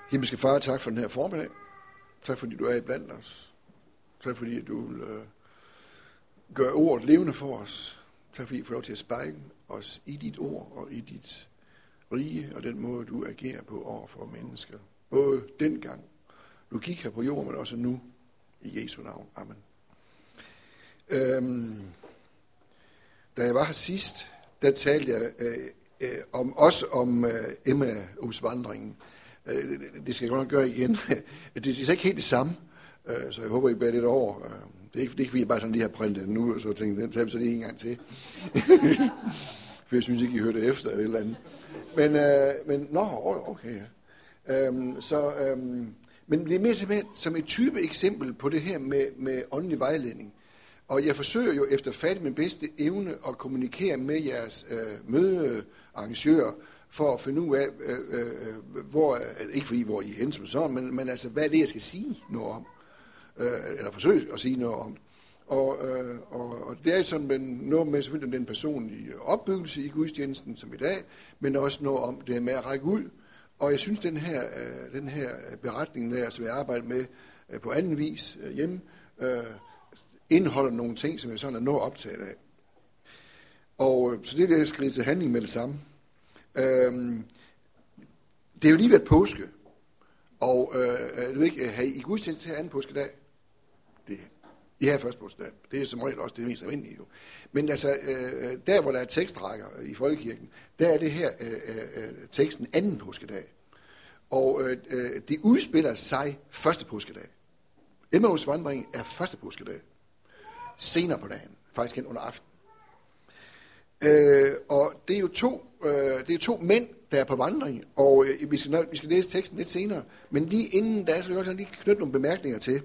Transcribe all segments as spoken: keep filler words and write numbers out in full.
Himmelske Far, tak for den her formiddag. Tak fordi du er iblandt os. Tak fordi du vil øh, gøre ordet levende for os. Tak fordi du får lov til at spejle os i dit ord og i dit rige og den måde, du agerer på over for mennesker. Både dengang du gik her på jorden, men også nu i Jesu navn. Amen. Øhm, da jeg var her sidst, der talte jeg øh, øh, om, også om øh, Emmaus-vandringen. Øh, det skal jeg godt nok gøre igen. det, det er så ikke helt det samme, øh, så jeg håber, I bærer lidt over. Øh, det, er ikke, det er ikke, fordi jeg bare sådan lige har printet den nu, og så tænkte den tager vi så lige en gang til. For jeg synes ikke, I hørte efter eller et eller andet. Men, øh, men nå, okay, ja. Øhm, så, øhm, men det er mere simpelthen som et type eksempel på det her med, med åndelig vejledning. Og jeg forsøger jo efter fat min bedste evne at kommunikere med jeres øh, mødearrangører, for at finde ud af, øh, øh, hvor, ikke fordi hvor I er henne som sådan, men, men altså, hvad er det, jeg skal sige noget om? Øh, eller forsøge at sige noget om. Og, øh, og, og det er sådan noget med selvfølgelig den personlige opbyggelse i gudstjenesten som i dag, men også noget om det med at række ud. Og jeg synes, den her, øh, den her beretning der, som jeg arbejder med øh, på anden vis øh, hjemme, øh, indeholder nogle ting, som jeg sådan er noget optaget af. Og øh, så det er det, jeg skriver til handling med det samme. Øhm, det er jo lige været påske, og øh, du ikke, har I gudstjeneste her anden påskedag? Det I har første påskedag. Det er som regel også det mest almindelige jo. Men altså, øh, der hvor der er tekstrækker i folkekirken, der er det her øh, øh, teksten anden påskedag. Og øh, det udspiller sig første påskedag. Emmaus vandring er første påskedag. Senere på dagen, faktisk hen under aftenen. Øh, og det er jo to, øh, det er to mænd, der er på vandring, og øh, vi, skal, vi skal læse teksten lidt senere, men lige inden da, så vil jeg også lige knytte nogle bemærkninger til.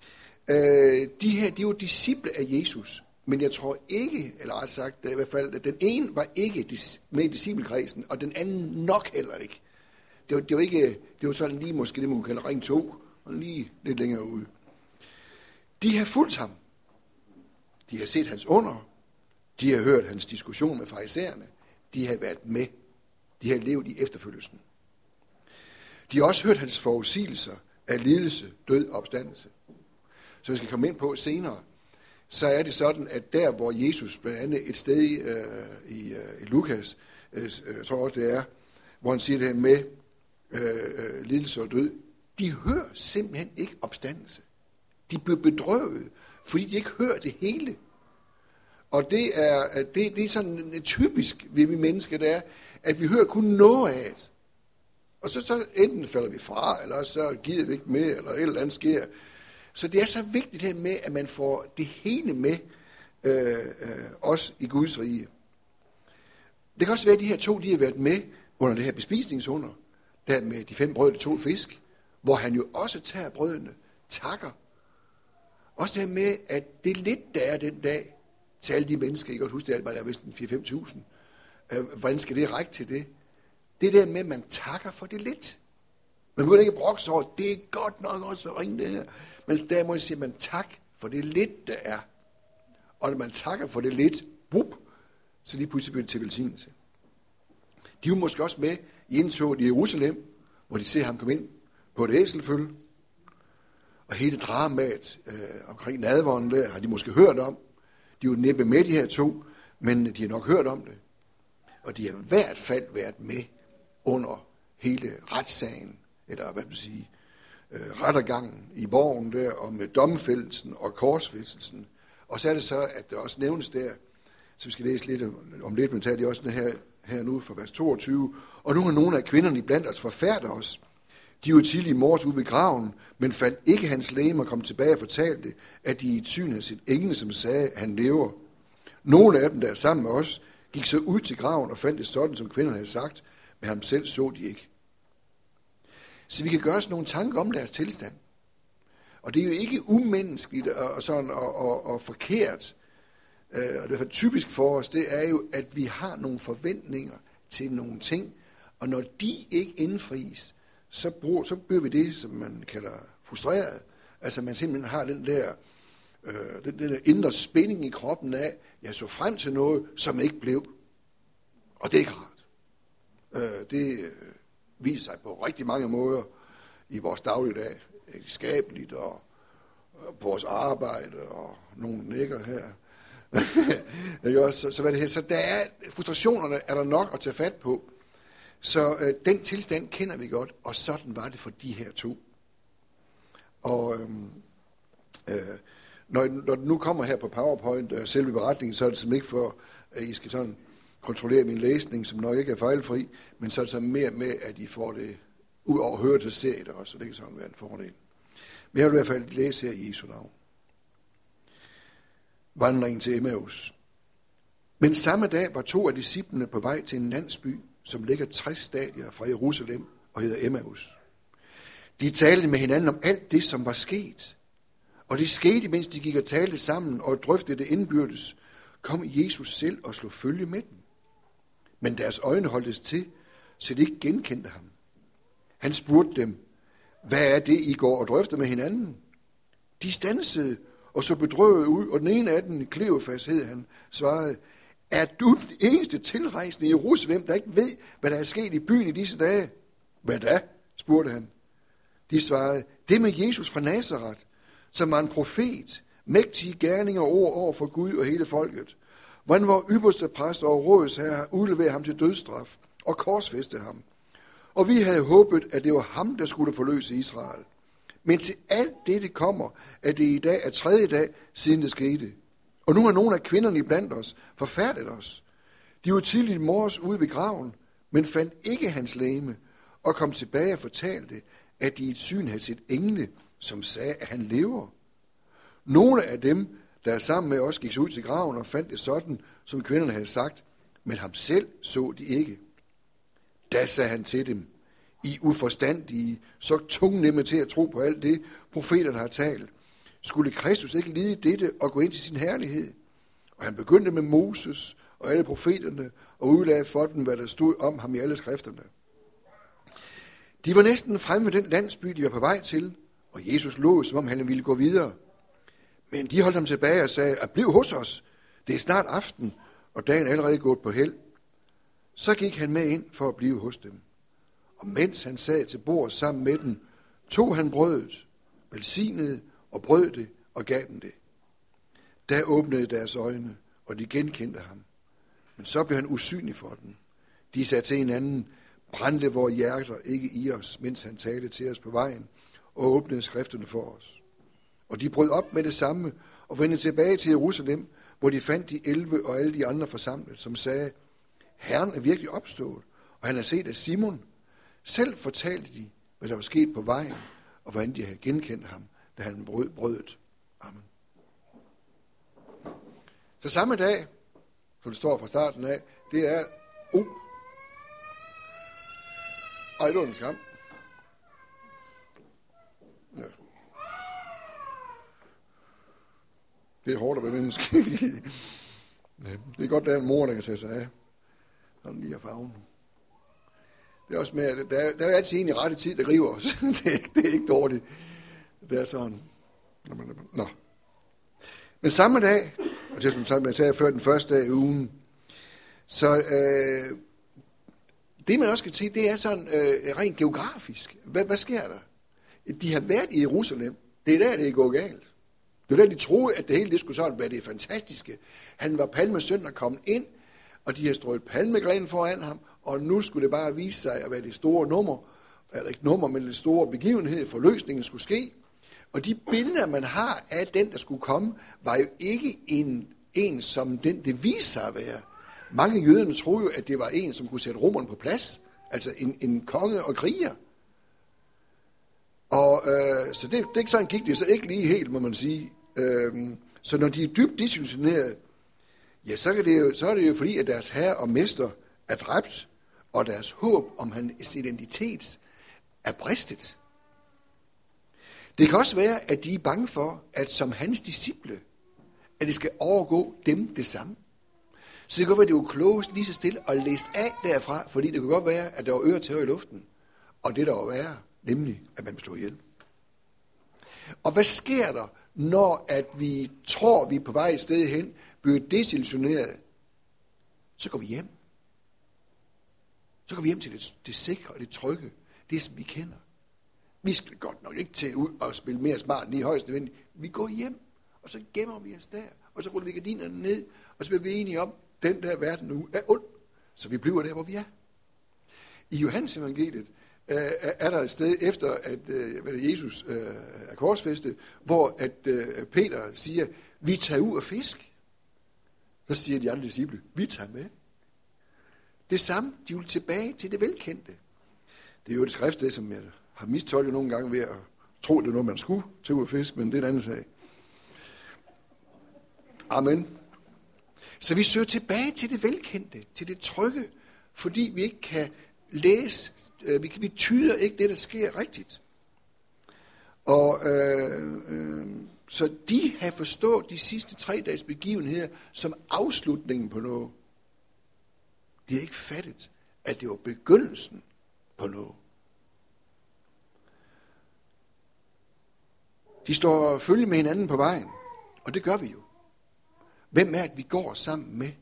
Øh, de her, de er jo disciple af Jesus, men jeg tror ikke, eller ret sagt, i hvert fald, den ene var ikke med i disciplekredsen, og den anden nok heller ikke. Det var, det var ikke, det var sådan lige måske det, man kunne kalde ring to, og lige lidt længere ude. De har fulgt ham. De har set hans under. De har hørt hans diskussion med farisæerne. De har været med. De har levet i efterfølgelsen. De har også hørt hans forudsigelser af lidelse, død og opstandelse. Så vi skal komme ind på senere, så er det sådan, at der, hvor Jesus blandt andet et sted i, øh, i, øh, i Lukas, øh, jeg tror også det er, hvor han siger det her med øh, lidelse og død, de hører simpelthen ikke opstandelse. De bliver bedrøvet, fordi de ikke hører det hele. Og det er, det, det er sådan typisk ved vi mennesker, det er, at vi hører kun noget af det. Og så, så enten falder vi fra, eller så giver vi ikke med, eller et eller andet sker. Så det er så vigtigt her med, at man får det hele med, øh, øh, også i Guds rige. Det kan også være, at de her to, de har været med under det her bespisningsunder, der med de fem brød og to fisk, hvor han jo også tager brødene, takker. Også det her med, at det er lidt, der er den dag, til alle de mennesker, I kan godt huske, det er bare der er vist fire til fem tusind. Øh, hvordan skal det række til det? Det der med, at man takker for det lidt. Man begynder ikke at brokke sig over, det er godt nok også at ringe det her. Men derimod siger man tak for det lidt, der er. Og når man takker for det lidt, bup, så lige pludselig bliver det til velsignelse. De er jo måske også med i indtoget i Jerusalem, hvor de ser ham komme ind på et æselfølge. Og hele dramaet øh, omkring nadveren der, har de måske hørt om. De er jo næppe med de her to, men de har nok hørt om det. Og de har i hvert fald været med under hele retssagen, eller hvad vil sige, øh, rettergangen i borgen der, og med domfældelsen og korsfæstelsen. Og så er det så, at der også nævnes der, så vi skal læse lidt om, om lidt, men tager de også her, her nu fra vers toogtyve. Og nu har nogle af kvinderne blandt os forfærdet os. De var tidlig i morges ude ved graven, men faldt ikke hans legeme og kom tilbage og fortalte, at de i et syn havde set engle, som sagde, at han lever. Nogle af dem, der er sammen med os, gik så ud til graven og fandt det sådan, som kvinderne havde sagt, men ham selv så de ikke. Så vi kan gøre os nogle tanker om deres tilstand. Og det er jo ikke umenneskeligt og, sådan, og, og, og forkert, og det er typisk for os, det er jo, at vi har nogle forventninger til nogle ting, og når de ikke indfries, så, bruger, så bliver vi det, som man kalder frustreret. Altså man simpelthen har den der, øh, den der indre spænding i kroppen af, jeg så frem til noget, som ikke blev. Og det er ikke rart. Øh, det øh, viser sig på rigtig mange måder i vores dagligdag, ægteskabeligt og, og på vores arbejde, og nogle nikker her. så, så, hvad det her? Så der er, frustrationerne er der nok at tage fat på. Så øh, den tilstand kender vi godt, og sådan var det for de her to. Og øh, øh, når, når det nu kommer her på PowerPoint, øh, selve beretningen, så er det simpelthen ikke for, at I skal sådan kontrollere min læsning, som nok ikke er fejlfri, men så er det så mere med, at I får det ud over høre til se det også, så det kan sådan være en fordel. Men jeg vil i hvert fald læse her i Jesu navn. Vandringen til Emmaus. Men samme dag var to af disciplene på vej til en landsby, som ligger tres stadier fra Jerusalem og hedder Emmaus. De talte med hinanden om alt det, som var sket. Og det skete, mens de gik og talte sammen og drøftede det indbyrdes, kom Jesus selv og slog følge med dem. Men deres øjne holdtes til, så de ikke genkendte ham. Han spurgte dem, hvad er det, I går og drøfter med hinanden? De standsede og så bedrøvet ud, og den ene af dem, Kleofas hed han, svarede, er du den eneste tilrejsende i Jerusalem, der ikke ved, hvad der er sket i byen i disse dage? Hvad da? Spurgte han. De svarede, det med Jesus fra Nazaret, som var en profet, mægtige gerninger og ord over for Gud og hele folket. Hvordan vor ypperste præst og rådsherre udleverede ham til dødsstraf og korsfæste ham. Og vi havde håbet, at det var ham, der skulle forløse Israel. Men til alt dette kommer, at det i dag er tredje dag, siden det skete. Og nu har nogle af kvinderne iblandt os forfærdet os. De var tidligt morges ude ved graven, men fandt ikke hans legeme, og kom tilbage og fortalte, at de i et syn havde set engle, som sagde, at han lever. Nogle af dem, der er sammen med os, gik ud til graven og fandt det sådan, som kvinderne havde sagt, men ham selv så de ikke. Da sagde han til dem, I uforstandige, så tungnemme til at tro på alt det, profeterne har talt. Skulle Kristus ikke lide dette og gå ind til sin herlighed? Og han begyndte med Moses og alle profeterne og udlagde for dem, hvad der stod om ham i alle skrifterne. De var næsten fremme ved den landsby, de var på vej til, og Jesus lå, som om han ville gå videre. Men de holdt ham tilbage og sagde, at bliv hos os. Det er snart aften, og dagen er allerede gået på held. Så gik han med ind for at blive hos dem. Og mens han sad til bord sammen med dem, tog han brødet, velsignede og brød det og gav dem det. Da åbnede deres øjne, og de genkendte ham. Men så blev han usynlig for dem. De sagde til hinanden, brændte vores hjerter ikke i os, mens han talte til os på vejen, og åbnede skrifterne for os. Og de brød op med det samme, og vendte tilbage til Jerusalem, hvor de fandt de elve og alle de andre forsamlet, som sagde, Herren er virkelig opstået, og han har set af Simon. Selv fortalte de, hvad der var sket på vejen, og hvordan de havde genkendt ham, da han brød brødet. Amen. Så samme dag, som det står fra starten af, det er, uh, ej, det var en skam. Ja. Det er hårdt at være menneske. Ja, det er godt, der er en mor, der kan tage sig af. Sådan lige af farven. Det er også med, at der er, der er altid en i rette tid, der griber os. det, er ikke, det er ikke dårligt. Det er sådan. Nå. Men samme dag, og det som jeg sagde før den første dag i ugen, så øh, det man også skal se, det er sådan øh, rent geografisk. Hvad, hvad sker der? De har været i Jerusalem. Det er der, det er gået galt. Det var der, de troede, at det hele det skulle sådan være det fantastiske. Han var palmesøn og kom ind, og de har strøget palmegrenen foran ham, og nu skulle det bare vise sig at være det store nummer, eller ikke nummer, men det store begivenhed, forløsningen skulle ske. Og de billeder, man har af den, der skulle komme, var jo ikke en, en som den, det viste sig at være. Mange jøderne troede jo, at det var en, som kunne sætte romerne på plads, altså en, en konge og kriger. Og øh, så det, det sådan gik det så ikke lige helt, må man sige. Øh, så når de er dybt desillusionerede, ja, så er, det jo, så er det jo fordi, at deres herre og mester er dræbt, og deres håb om hans identitet er bristet. Det kan også være, at de er bange for, at som hans disciple, at det skal overgå dem det samme. Så det kan godt være, at det var klogest lige så stille og læst af derfra, fordi det kan godt være, at der var øre til i luften. Og det der var værre, nemlig at man slår ihjel. Og hvad sker der, når at vi tror, vi er på vej et sted hen, bliver desillusioneret? Så går vi hjem. Så går vi hjem til det, det sikre og det trygge, det som vi kender. Vi skal godt nok ikke til ud og spille mere smart end lige højst nødvendigt. Vi går hjem, og så gemmer vi os der, og så ruller vi gardinerne ned, og så bliver vi enige om, at den der verden nu er ond, så vi bliver der, hvor vi er. I Johannes evangeliet øh, er der et sted efter, at øh, hvad det, Jesus øh, er korsfæstet, hvor at øh, Peter siger, vi tager ud og fisk. Så siger de andre disciple, vi tager med. Det samme, de vil tilbage til det velkendte. Det er jo et skriftsted, som jeg har mistolket nogle gange ved at tro, det er noget, man skulle til ud og fisk, men det er en anden sag. Amen. Så vi søger tilbage til det velkendte, til det trygge, fordi vi ikke kan læse, øh, vi, vi tyder ikke det, der sker rigtigt. Og øh, øh, så de har forstået de sidste tre dages begivenheder som afslutningen på noget. De har ikke fattet, at det var begyndelsen på noget. De står følge med hinanden på vejen, og det gør vi jo. Hvem er det, vi går sammen med?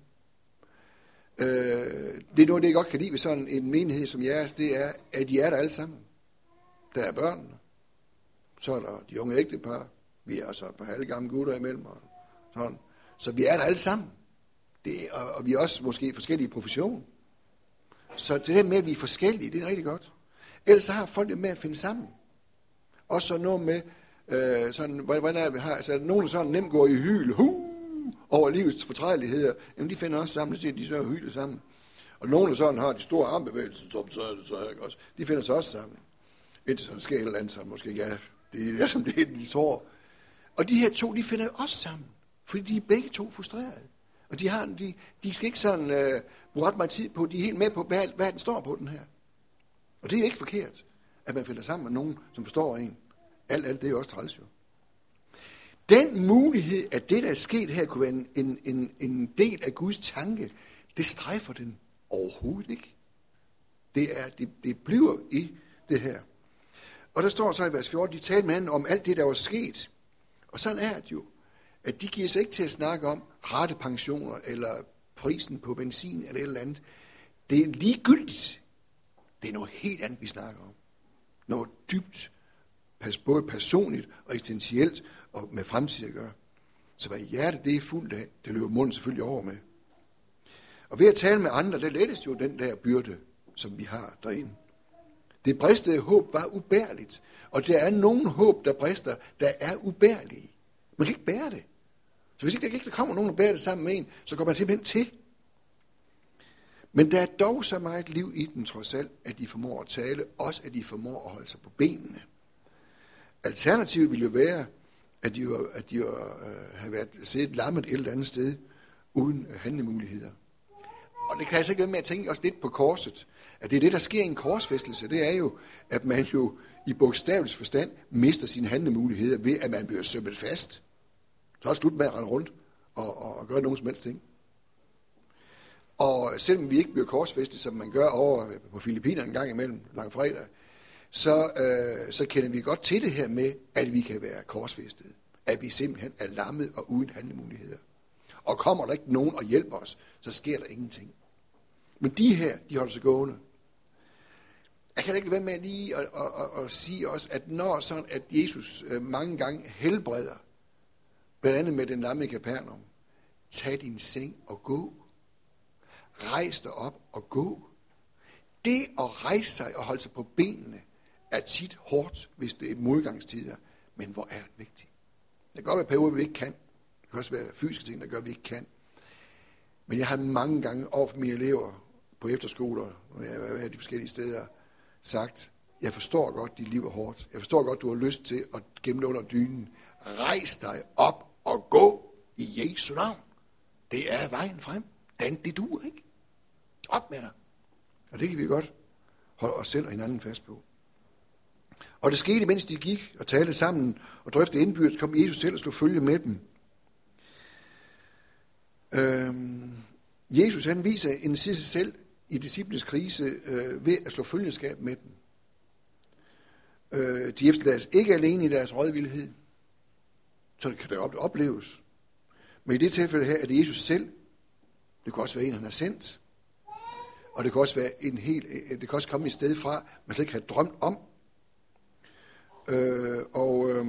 Øh, det er noget, det jeg godt kan lide ved sådan en menighed som jeres, det er, at de er der alle sammen. Der er børnene, så er der de unge ægtepar, vi er så et par alle gamle gutter imellem, og sådan. Så vi er der alle sammen. Det, og, og vi er også måske forskellige professioner. Så det der med, at vi er forskellige, det er rigtig godt. Ellers så har folk det med at finde sammen. Også så noget med, øh, sådan, hvordan er det, vi har, altså nogen, der sådan nemt går i hyl, hu, over livets fortrædeligheder, jamen de finder også sammen, så de så hylder sammen. Og nogen, der sådan har de store armbevægelser, som så er det så ikke også, de finder sig også sammen. Indtil sådan sker et eller andet, så måske ikke er, det er som det er, de tror. Og de her to, de finder også sammen, fordi de er begge to frustrerede. Og de, har, de, de skal ikke sådan øh, bruge ret meget tid på, de er helt med på, hvad, hvad den står på, den her. Og det er ikke forkert, at man finder sammen med nogen, som forstår en. Alt, alt det er også træls jo. Den mulighed, at det, der er sket her, kunne være en, en, en, en del af Guds tanke, det strejfer den overhovedet ikke. Det, er, det, det bliver i det her. Og der står så i vers fjorten, de talte med hinanden om alt det, der var sket. Og sådan er det jo, at de giver sig ikke til at snakke om ratepensioner, eller prisen på benzin, eller et eller andet. Det er ligegyldigt. Det er noget helt andet, vi snakker om. Noget dybt, både personligt og eksistentielt, og med fremtid at gøre. Så hvad hjertet det er fuldt af, det løber munden selvfølgelig over med. Og ved at tale med andre, der lettes jo den der byrde, som vi har derinde. Det bristede håb var ubærligt, og der er nogen håb, der brister, der er ubærlige. Man kan ikke bære det. Så hvis ikke der, ikke der kommer nogen, der bærer det sammen med en, så går man simpelthen til. Men der er dog så meget liv i den trods alt, at de formår at tale, også at de formår at holde sig på benene. Alternativet ville jo være, at de jo, at de jo øh, har været siddet lammet et eller andet sted, uden handlemuligheder. Og det kan jeg så ikke være med at tænke også lidt på korset, at det er det, der sker i en korsfæstelse, det er jo, at man jo i bogstavelig forstand mister sine handlemuligheder ved, at man bliver sømmet fast. Så er det slut med at rende rundt og, og, og gøre nogen som helst ting. Og selvom vi ikke bliver korsfæstet, som man gør over på Filippinerne en gang imellem, langfredag, så, øh, så kender vi godt til det her med, at vi kan være korsfæstet. At vi simpelthen er lammet og uden handlemuligheder. Og kommer der ikke nogen og hjælper os, så sker der ingenting. Men de her, de holder sig gående. Jeg kan ikke være med lige at, at, at, at sige også, at når sådan, at Jesus mange gange helbreder, blandt andet med den lamme i Kapernaum, tag din seng og gå. Rejs dig op og gå. Det at rejse sig og holde sig på benene, er tit hårdt, hvis det er modgangstider. Men hvor er det vigtigt? Det kan godt være perioder, vi ikke kan. Det kan også være fysiske ting, der gør, at vi ikke kan. Men jeg har mange gange over for mine elever på efterskoler, når jeg har været de forskellige steder, sagt, jeg forstår godt, at dit liv er hårdt. Jeg forstår godt, du har lyst til at gemme det under dynen. Rejs dig op og gå i Jesu navn. Det er vejen frem. Den, det duer ikke. Op med dig. Og det kan vi godt holde os selv og hinanden fast på. Og det skete, mens de gik og talte sammen og drøftede indbyrdes, kom Jesus selv og slog følge med dem. Øhm, Jesus han viser en side sig selv i disciples krise øh, ved at slå følgeskab med dem. Øh, de efterlades ikke alene i deres rådvildhed, så det kan det opleves. Men i det tilfælde her er det Jesus selv. Det kan også være en, han har sendt. Og det kan også være en helt, det kan også komme et sted fra, man slet ikke har drømt om. Øh, og øh,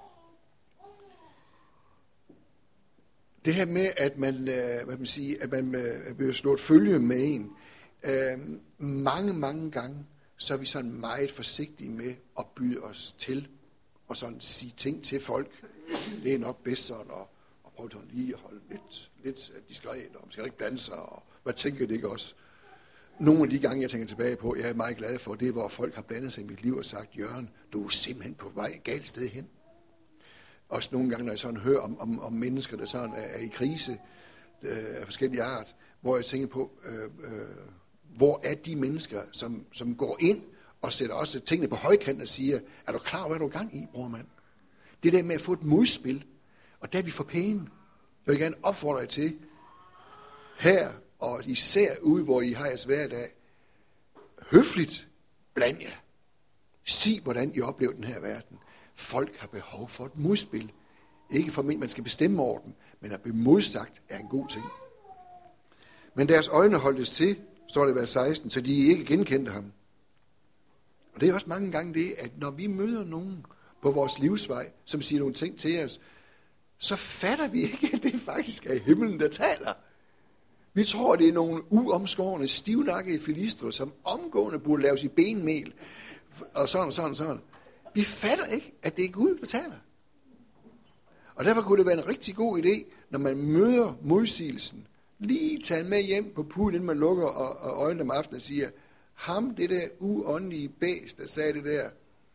det her med, at man, øh, hvad man siger, at man øh, bliver slået følge med en, øh, mange, mange gange, så er vi sådan meget forsigtige med at byde os til, og sådan sige ting til folk. Det er nok bedst sådan at, at prøve sådan lige at holde lidt, lidt diskret, og man skal ikke blande sig, og hvad tænker det ikke også? Nogle af de gange, jeg tænker tilbage på, jeg er meget glad for, det er, hvor folk har blandet sig i mit liv og sagt, Jørgen, du er simpelthen på vej galt sted hen. Også nogle gange, når jeg sådan hører om, om, om mennesker, der sådan er, er i krise øh, af forskellige art, hvor jeg tænker på, øh, øh, hvor er de mennesker, som, som går ind og sætter også tingene på højkant og siger, er du klar over, hvad du er gang i, bror mand? Det der med at få et modspil, og der er vi for pæne. Jeg vil gerne opfordre jer til, her og især ude, hvor I har jeres hverdag, høfligt bland jer. Sig, hvordan I oplever den her verden. Folk har behov for et modspil. Ikke for at man skal bestemme over dem, men at blive modsagt er en god ting. Men deres øjne holdtes til, står det i vers seksten, så de ikke genkendte ham. Og det er også mange gange det, at når vi møder nogen på vores livsvej, som siger nogle ting til os, så fatter vi ikke, at det faktisk er himlen, der taler. Vi tror, det er nogle uomskårne, stivnakkede filistre, som omgående burde laves i benmel, og sådan og sådan og sådan. Vi fatter ikke, at det er Gud, der taler. Og derfor kunne det være en rigtig god idé, når man møder modsigelsen, lige tage med hjem på puden, inden man lukker øjnene om aftenen og siger, ham, det der uåndelige bæs, der sagde det der,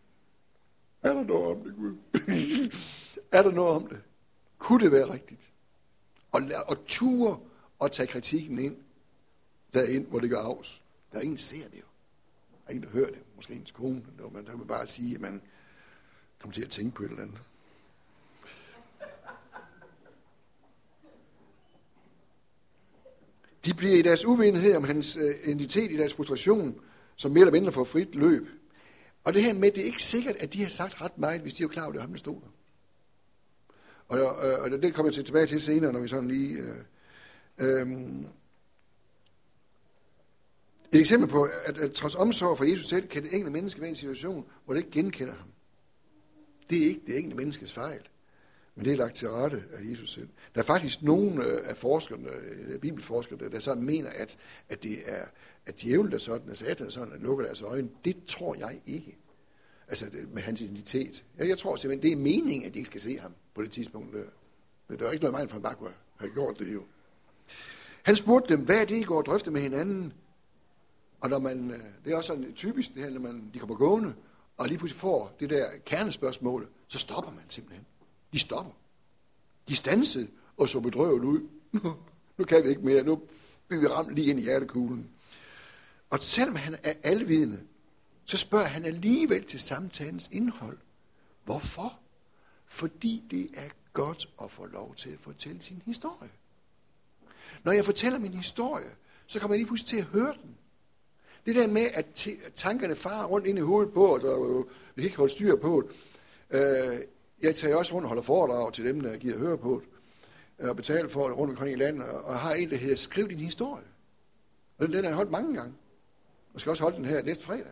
er der noget om det, Gud? Er der noget om det? Kunne det være rigtigt? Og, og ture og tage kritikken ind, derind, hvor det går afs. Der er ingen, der ser det jo. Der er ingen, der hører det. Måske ens kone. Man kan bare sige, at man kommer til at tænke på et eller andet. De bliver i deres uvidenhed om hans øh, identitet, i deres frustration, som mere eller mindre får frit løb. Og det her med, det er ikke sikkert, at de har sagt ret meget, hvis de er klar over, at det er ham, der stod der. Og, øh, og det kommer jeg til tilbage til senere, når vi sådan lige... Øh, øh, et eksempel på, at, at trods omsorg for Jesus selv, kan det enkelte menneske være i en situation, hvor det ikke genkender ham. Det er ikke det enkelte menneskes fejl, men det er lagt til rette af Jesus selv. Der er faktisk nogle af forskerne, bibelforskere, der sådan mener, at, at det er at djævlen der sådan, at satan sådan, at lukker deres øjne. Det tror jeg ikke. Altså med hans identitet. Jeg, jeg tror simpelthen, det er meningen, at de ikke skal se ham på det tidspunkt. Der. Men der er ikke noget meget, for han bare kunne have gjort det jo. Han spurgte dem, hvad er det, I går og drøfter med hinanden? Og når man, det er også sådan typisk, det her, når man, de kommer gående, og lige pludselig får det der kernespørgsmål, så stopper man simpelthen. De stopper. De stansede og så bedrøvet ud. Nu kan vi ikke mere. Nu bliver vi ramt lige ind i hjertekuglen. Og selvom han er alvidende, så spørger han alligevel til samtalens indhold. Hvorfor? Fordi det er godt at få lov til at fortælle sin historie. Når jeg fortæller min historie, så kommer jeg lige pludselig til at høre den. Det der med, at tankerne farer rundt ind i hovedet på, og vi kan ikke holde styr på det. Jeg tager også rundt og holder foredrag til dem, der giver høre på det, og betaler for det rundt omkring i landet, og har en, der hedder Skriv din historie. Og den har jeg holdt mange gange. Og skal også holde den her næste fredag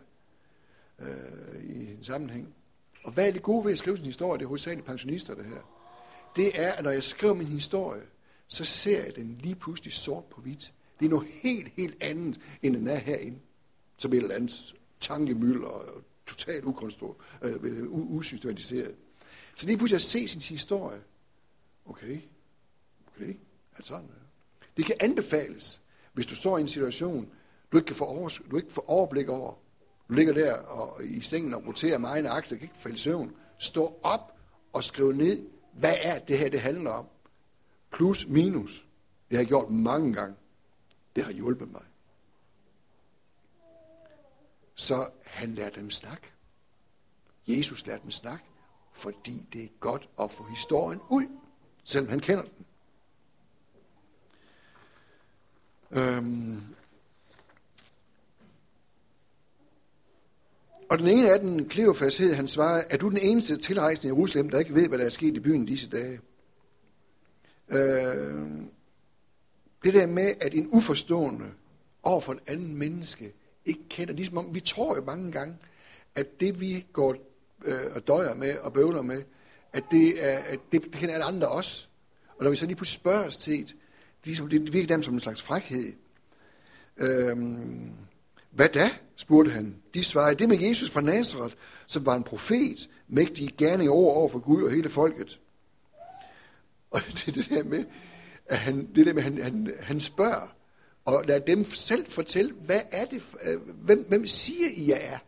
øh, i en sammenhæng. Og hvad er det gode ved at skrive sin historie? Det er hovedsageligt pensionister, det her. Det er, at når jeg skriver min historie, så ser jeg den lige pludselig sort på hvidt. Det er noget helt, helt andet, end den er herinde. Som et eller andet tankemøl og totalt øh, usystematiseret. Så lige pludselig at se sin historie. Okay, okay, altså sådan. Det kan anbefales, hvis du står i en situation, du ikke kan få, over, du ikke får overblik over. Du ligger der og, i sengen og roterer med egne aktier, kan ikke falde i søvn. Stå op og skriv ned, hvad er det her, det handler om. Plus, minus. Det har jeg gjort mange gange. Det har hjulpet mig. Så han lærte dem snakke. Jesus lærte dem snakke, fordi det er godt at få historien ud, selvom han kender den. Øhm. Og den ene af den, Kleofas hed, han svarede, er du den eneste tilrejsende i Jerusalem, der ikke ved, hvad der er sket i byen disse dage? Øhm. Det der med, at en uforstående over for et andet menneske ikke kender, ligesom om vi tror jo mange gange, at det vi går øh, og døjer med og bøvler med, at det, er, at det, det kender alle andre også. Og når vi så lige pludselig spørger os til, det, ligesom, det virker dem som en slags frækhed. Øhm, hvad da? Spurgte han. De svarede, det med Jesus fra Nazaret, som var en profet, mægtig gerning over over for Gud og hele folket. Og det er det der med, at han, det der med, han, han, han spørger, og lader dem selv fortælle, hvad er det, hvem, hvem siger I, jeg er?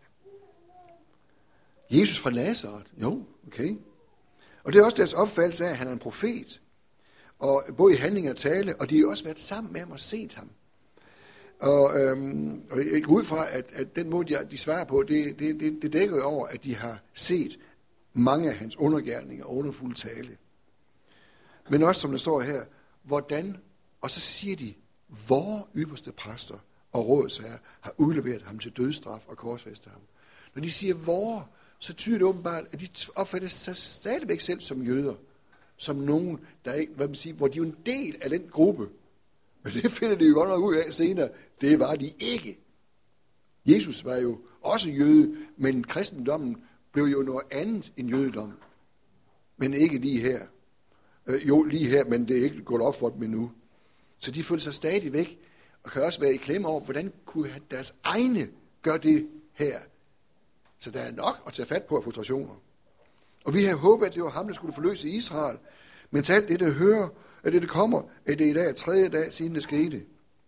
Jesus fra Nazaret? Jo, okay. Og det er også deres opfattelse af, at han er en profet. Og både i handling og tale, og de har også været sammen med ham og set ham. Og, øhm, og jeg går ud fra, at, at den måde, de, de svarer på, det, det, det, det dækker jo over, at de har set mange af hans undergerninger og underfulde tale. Men også, som der står her, hvordan, og så siger de, hvor ypperste præster og rådsherrer har udleveret ham til dødsstraf og korsfæstet ham. Når de siger hvor, så tyder det åbenbart, at de opfatter sig stadigvæk selv som jøder, som nogen, der ikke, hvad man siger, hvor de er en del af den gruppe. Men det finder de jo godt nok ud af senere. Det var de ikke. Jesus var jo også jøde, men kristendommen blev jo noget andet end jødedom. Men ikke lige her. Øh, jo, lige her, men det er ikke gået op for dem endnu. Så de føler sig stadig væk, og kan også være i klemme over, hvordan kunne deres egne gøre det her. Så der er nok at tage fat på af frustrationer. Og vi havde håbet, at det var ham, der skulle forløse Israel. Men til alt det, der hører, at det, der kommer, at det i dag er tredje dag, siden det skete.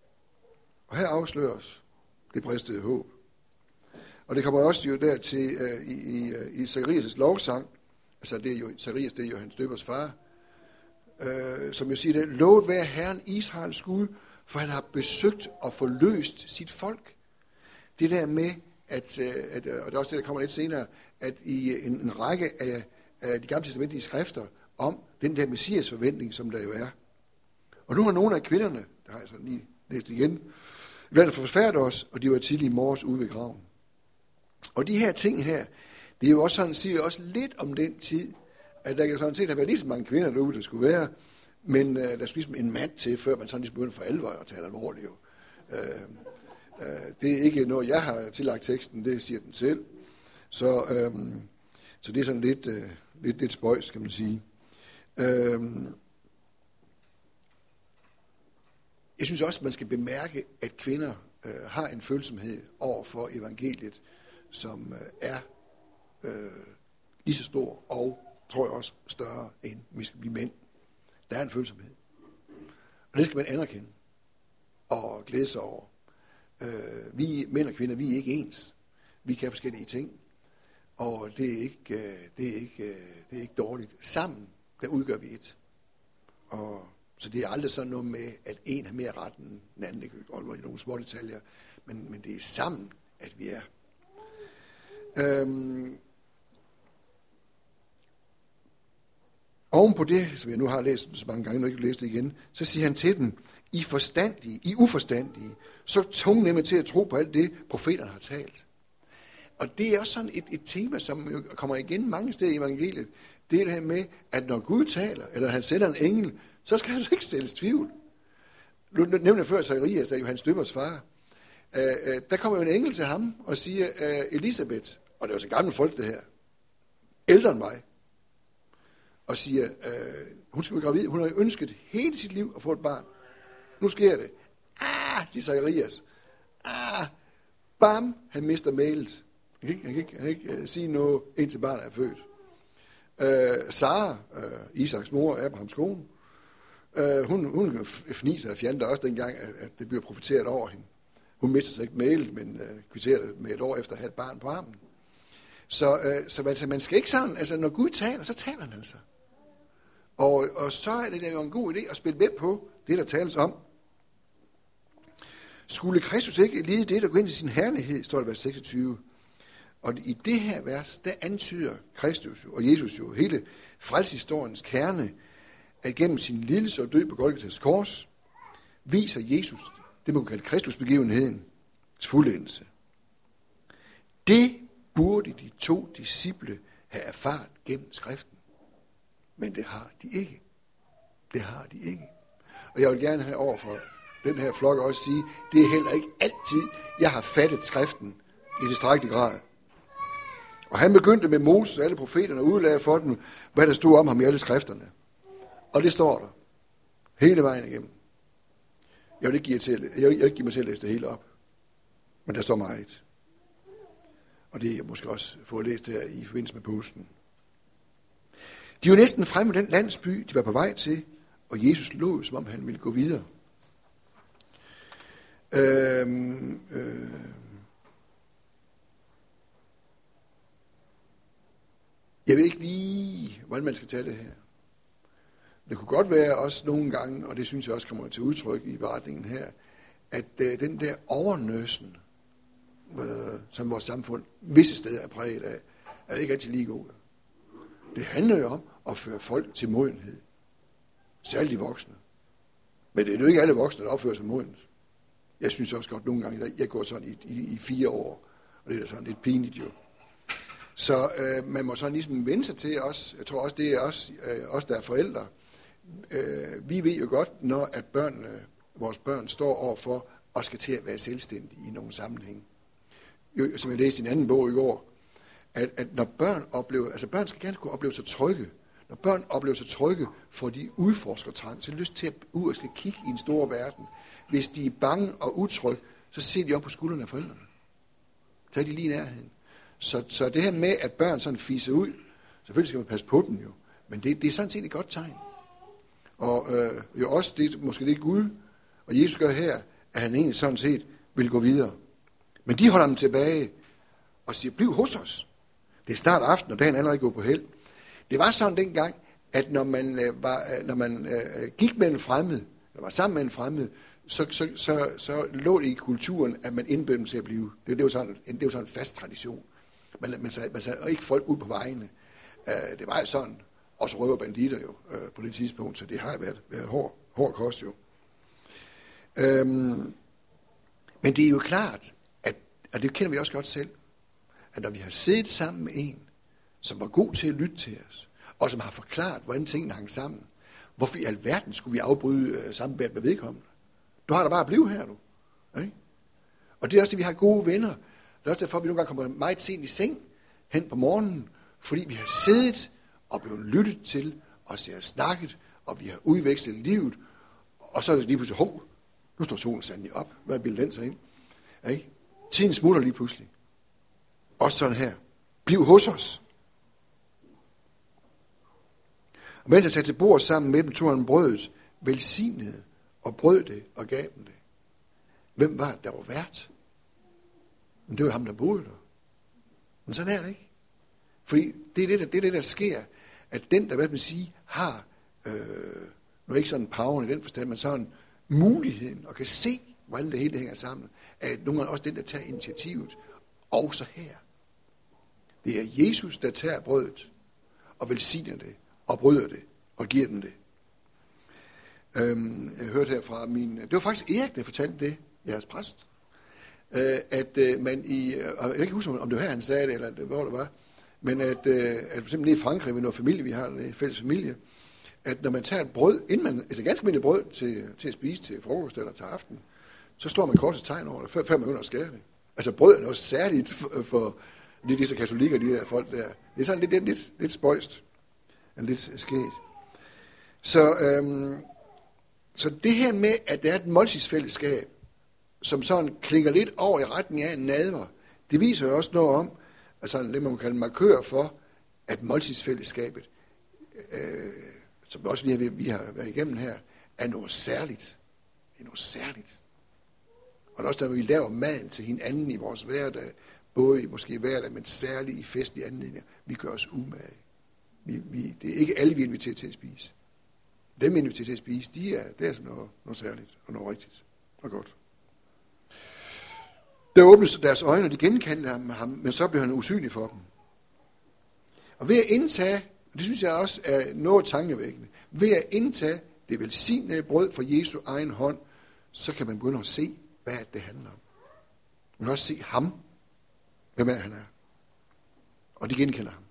Og her afsløres det bristede håb. Og det kommer også jo der til uh, i, i, i Zacharias' lovsang. Altså det er jo, Zacharias, det er jo hans døbers far. Uh, som jo siger det, lovet være Herren Israels Gud, for han har besøgt og forløst sit folk. Det der med, at, at, og det er også det, der kommer lidt senere, at i en, en række af, af de gamle testamentlige skrifter om den der messias forventning, som der jo er. Og nu har nogle af kvinderne, der har jeg så lige læst igen, været forfærdet os, og de var tidlig i morges ude ved graven. Og de her ting her, det er jo også sådan, siger også lidt om den tid, at der kan sådan set have været lige så mange kvinder derude, der skulle være, men uh, der skulle ligesom en mand til, før man sådan ligesom begyndte for alvor at tale alvorligt jo. Uh, uh, det er ikke noget, jeg har tillagt teksten, det siger den selv. Så, um, så det er sådan lidt, uh, lidt, lidt spøjs, kan man sige. Um, jeg synes også, man skal bemærke, at kvinder uh, har en følsomhed over for evangeliet, som uh, er uh, lige så stor og, tror jeg også, større end vi mænd. Der er en følsomhed. Og det skal man anerkende og glæde sig over. Uh, vi mænd og kvinder, vi er ikke ens. Vi kan forskellige ting. Og det er ikke, uh, det er ikke, uh, det er ikke dårligt. Sammen, der udgør vi et. Og så det er aldrig sådan noget med, at en har mere ret end den anden. Det kan godt i nogle små detaljer. Men, men det er sammen, at vi er. Um, Oven på det, som jeg nu har læst så mange gange, når jeg ikke læst det igen, så siger han til dem, I forstandige, I uforstandige, så tungnemme til at tro på alt det, profeterne har talt. Og det er også sådan et, et tema, som kommer igen mange steder i evangeliet. Det er det her med, at når Gud taler, eller han sender en engel, så skal han ikke stilles tvivl. Nu nævnte jeg før Zacharias, der er jo hans døbers far. Uh, uh, der kommer jo en engel til ham og siger, uh, Elisabeth, og det er jo så gamle folk det her, ældre end mig, og siger, øh, hun skal blive gravid. Hun har ønsket hele sit liv at få et barn. Nu sker det. Ah, siger Zacharias. Ah, bam, han mister mailet. Han kan ikke, han kan ikke, han kan ikke uh, sige noget, indtil barnet er født. Uh, Sara, uh, Isaks mor, Abrahams kone, uh, hun, hun fniser og fjander også dengang, at, at det bliver profeteret over hende. Hun mister sig ikke mailet, men uh, kvitterer det med et år efter at have et barn på armen. Så, uh, så altså, man skal ikke sådan, altså når Gud taler, så taler han altså. Og, og så er det jo en god idé at spille med på det, der tales om. Skulle Kristus ikke lide det, der går ind i sin herlighed, står det i vers seksogtyve. Og i det her vers, der antyder Kristus og Jesus jo hele frelseshistoriens kerne, at gennem sin lidelse og død på Golgatas kors, viser Jesus, det man kan kalde Kristusbegivenheden, fuldendelse. Det burde de to disciple have erfaret gennem skriften. Men det har de ikke. Det har de ikke. Og jeg vil gerne have over for den her flok også sige, det er heller ikke altid, jeg har fattet skriften i tilstrækkelig grad. Og han begyndte med Moses og alle profeterne og udlagde for dem, hvad der stod om ham i alle skrifterne. Og det står der hele vejen igennem. Jeg vil ikke give, til, jeg vil ikke give mig til at læse det hele op, men der står meget. Og det er jeg måske også fået læst her i forbindelse med posten. De var næsten fremme i den landsby, de var på vej til, og Jesus lå, som om han ville gå videre. Øhm, øh, jeg ved ikke lige, hvordan man skal tage det her. Det kunne godt være også nogle gange, og det synes jeg også kommer til udtryk i beretningen her, at øh, den der overnøsen, øh, som vores samfund visse steder er præget af, er ikke altid lige god. Det handler jo om at føre folk til modenhed. Særligt de voksne. Men det er jo ikke alle voksne, der opfører sig modent. Jeg synes også godt nogle gange, at jeg går sådan i, i, i fire år, og det er da sådan lidt pinligt jo. Så øh, man må sådan ligesom vende sig til os. Jeg tror også, det er os, øh, os der er forældre. Øh, vi ved jo godt, når at børnene, vores børn står overfor og skal til at være selvstændige i nogle sammenhæng. Jo, som jeg læste i en anden bog i går, at, at når børn oplever, altså børn skal gerne kunne opleve sig trygge. Når børn oplever sig trygge, får de udforsker trang, så lyst til at ud og skal kigge i en stor verden. Hvis de er bange og utrygge, så ser de op på skuldrene af forældrene. Så er de lige i nærheden. Så, så det her med, at børn sådan fiser ud, selvfølgelig skal man passe på dem jo, men det, det er sådan set et godt tegn. Og øh, jo også det, måske det er Gud, og Jesus gør her, at han egentlig sådan set vil gå videre. Men de holder ham tilbage og siger, bliv hos os. Det er start aften, og dagen er allerede gået på held. Det var sådan dengang, at når man, øh, var, når man øh, gik med en fremmed, eller var sammen med en fremmed, så, så, så, så lå det i kulturen, at man indbød dem til at blive. Det, det, var, sådan, det var sådan en fast tradition. Man, man, sagde, man sagde ikke folk ud på vejene. Uh, det var jo sådan, også røver banditter jo uh, på det tidspunkt, så det har været, været hård, hård kost jo. Um, men det er jo klart, at, og det kender vi også godt selv, at når vi har siddet sammen med en, som var god til at lytte til os, og som har forklaret, hvordan tingene hang sammen, hvorfor i alverden skulle vi afbryde uh, samarbejdet med vedkommende? Du har da bare at blive her, du. Ikke? Og det er også det, vi har gode venner. Det er også derfor, at vi nogle gange kommer meget sent i seng hen på morgenen, fordi vi har siddet og blevet lyttet til, og så har snakket, og vi har udvekslet livet, og så er det lige pludselig, hov, nu står solen sandelig op. Hvad bilder den sig ind? Ikke? Tiden smutter lige pludselig. Også sådan her. Bliv hos os. Og mens jeg satte til bord sammen med dem, tog han brødet, velsignede og brød det og gav dem det. Hvem var det, der var vært? Men det var ham, der boede der. Men sådan er det ikke. Fordi det er det, der, det, er det, der sker, at den, der hvad man sige, har, øh, nu er ikke sådan power i den forstand, men sådan muligheden, og kan se, hvordan det hele hænger sammen, at nogle gange også den, der tager initiativet, også her. Det er Jesus, der tager brødet, og velsigner det, og bryder det, og giver dem det. Øhm, jeg hørte her fra min, det var faktisk Erik, der fortalte det, jeres præst, øh, at øh, man i, og jeg kan ikke huske, om det var her, han sagde det, eller hvor det var, men at, øh, at for eksempel nede i Frankrig, med noget familie, vi har en fælles familie, at når man tager et brød, inden man, altså ganske almindeligt brød til, til at spise til frokost eller til aften, så står man korsets tegn over det, før, før man begynder at skære det. Altså brød er noget særligt for, for de, disse katolikker, de der folk der. Det er sådan lidt, lidt, lidt, lidt spøjst, lidt skægt. Så, øhm, så det her med, at der er et måltidsfællesskab, som sådan klinger lidt over i retning af en nadver, det viser jo også noget om, altså det man kan kalde markør for, at måltidsfællesskabet, øh, som også vi har, vi har været igennem her, er noget særligt. Det er noget særligt. Og det er også der, vi laver maden til hinanden i vores hverdag, både i måske hverdag, men særligt i festlige anledninger. Vi gør os umage. Vi, vi, det er ikke alle, vi inviterer til at spise. Dem, vi inviterer til at spise, de er, det er sådan noget, noget særligt og noget rigtigt og godt. Der åbnes deres øjne, og de genkendte ham, ham, men så blev han usynlig for dem. Og ved at indtage, og det synes jeg også er noget tankevækkende, ved at indtage det velsignede brød fra Jesu egen hånd, så kan man begynde at se, hvad det handler om. Man kan også se ham, hvem er han er. Og de genkender ham.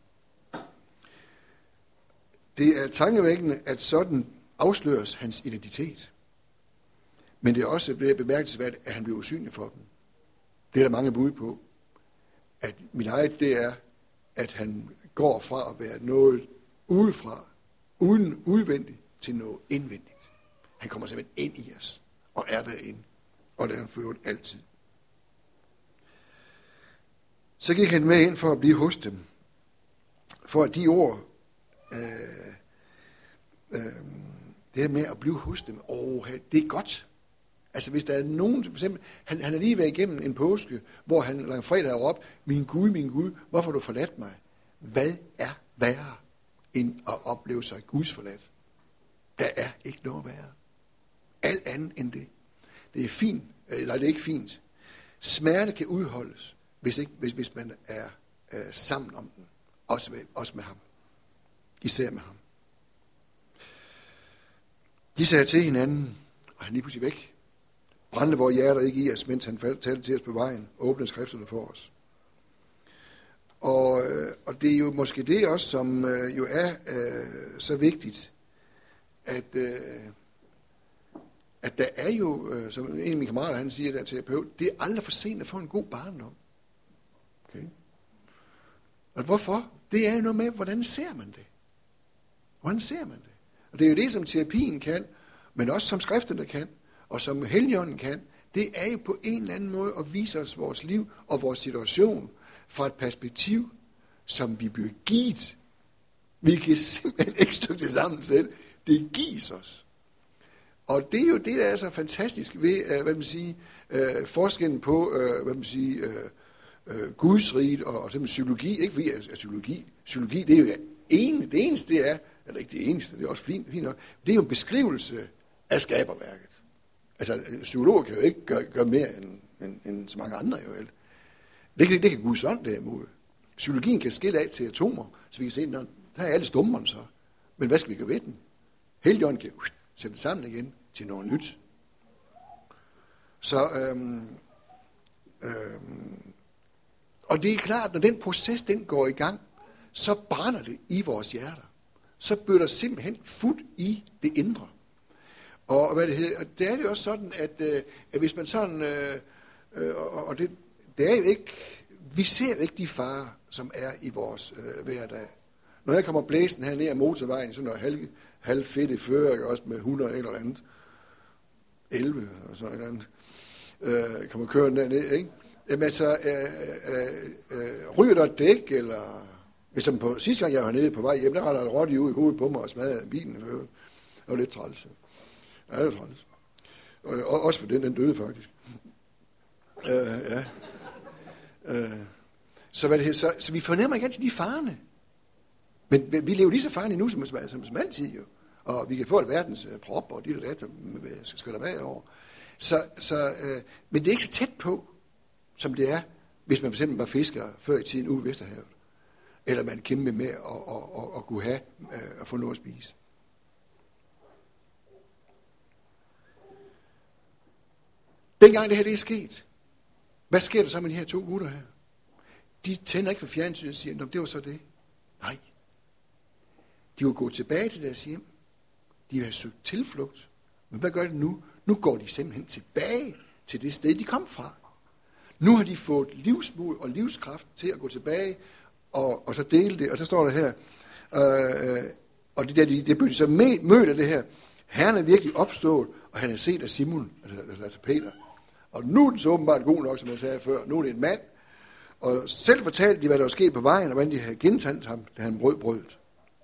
Det er tankevækkende, at sådan afsløres hans identitet. Men det er også bemærkelsesværdigt, at han bliver usynlig for dem. Det er der mange bud på. At mit eget, det er, at han går fra at være noget udefra, uden udvendigt, til noget indvendigt. Han kommer simpelthen ind i os, og er derinde, og det er han ført altid. Så gik han med ind for at blive hos dem, for at de ord, øh, øh, det her med at blive hos dem, åh, det er godt. Altså hvis der er nogen, for eksempel, han, han er lige været igennem en påske, hvor han langfredag har råbt, min Gud, min Gud, hvorfor har du forladt mig? Hvad er værre, end at opleve sig Guds forladt? Der er ikke noget værre. Alt andet end det. Det er fint, eller det er ikke fint. Smerte kan udholdes, hvis, ikke, hvis, hvis man er øh, sammen om den. Også med, også med ham. Især med ham. De sagde til hinanden, og han lige pludselig væk. Brændte vores hjerter ikke i os, mens han talte til os på vejen. Åbne skrifterne for os. Og, øh, og det er jo måske det også, som øh, jo er øh, så vigtigt, at, øh, at der er jo, øh, som en af mine kammerater, han siger der til terapeut, det er aldrig for sent at få en god barndom. Okay. Og hvorfor? Det er jo noget med, hvordan ser man det? Hvordan ser man det? Og det er jo det, som terapien kan, men også som skrifterne kan, og som Helligånden kan. Det er jo på en eller anden måde at vise os vores liv og vores situation fra et perspektiv, som vi bliver givet. Vi kan simpelthen ikke stykke det sammen selv. Det gives os. Og det er jo det, der er så fantastisk ved, uh, hvad man siger, uh, forskellen på, uh, hvad man siger, uh, uh, Guds rige og, og simpelthen psykologi. Ikke fordi at psykologi, psykologi, det er jo ene, det eneste, det er, eller ikke det eneste, det er også fint, fint nok, det er jo en beskrivelse af skaberværket. Altså, psykologer kan jo ikke gøre, gøre mere end, end, end så mange andre jo. Vel? Det kan, det kan Guds ånd derimod. Psykologien kan skille af til atomer, så vi kan se, at der er alle stummerne så. Men hvad skal vi gøre ved den? Helligånden kan uh, sætte det sammen igen til noget nyt. Så, øhm, øhm, og det er klart, når den proces, den går i gang, så brænder det i vores hjerter. Så bliver der simpelthen fut i det indre. Og, hvad det, hedder, og det er det også sådan, at, øh, at hvis man sådan, øh, øh, og, og det, det er jo ikke, vi ser ikke de farer, som er i vores øh, hverdag. Når jeg kommer blæsen her ned ad motorvejen, så noget halv, halv fedt i fører, også med hundrede eller andet, elleve og sådan noget andet, øh, kommer kørende derned, ikke? Jamen altså, øh, øh, øh, ryger der et dæk, eller hvis man på sidste gang jeg var nede på vej hjem, der retter et rådde ud i hovedet på mig og smadrede bilen. Det var lidt træls. Ja, det var træls. Og også for den, den døde faktisk. Øh, ja. Øh. Så, hvad det hedder, så, så vi fornemmer ikke altid de farerne. Men vi lever lige så farlige nu, som, som, som altid jo. Og vi kan få et verdens uh, prop, og de der der skal skylde være over. Så, så, øh, men det er ikke så tæt på, som det er, hvis man for eksempel var fisker før i tiden ude i Vesterhavet. Eller man kæmper med at, at, at, at, at kunne have, uh, at få noget at spise. Dengang det her det er sket, hvad sker der så med de her to gutter her? De tænder ikke for fjernsynet og siger, det var så det. Nej. De var gået tilbage til deres hjem. De har søgt tilflugt. Men hvad gør de nu? Nu går de simpelthen tilbage til det sted, de kom fra. Nu har de fået livsmod og livskraft til at gå tilbage og, og så dele det. Og så står der her, øh, og det, der, det, det blev de så mødt af det her. Herren er virkelig opstået, og han er set af Simon, altså, altså Peter. Og nu er den så åbenbart god nok, som jeg sagde før. Nu er det en mand. Og selv fortalte de, hvad der var sket på vejen, og hvordan de havde gentaget ham, da han brød brødet.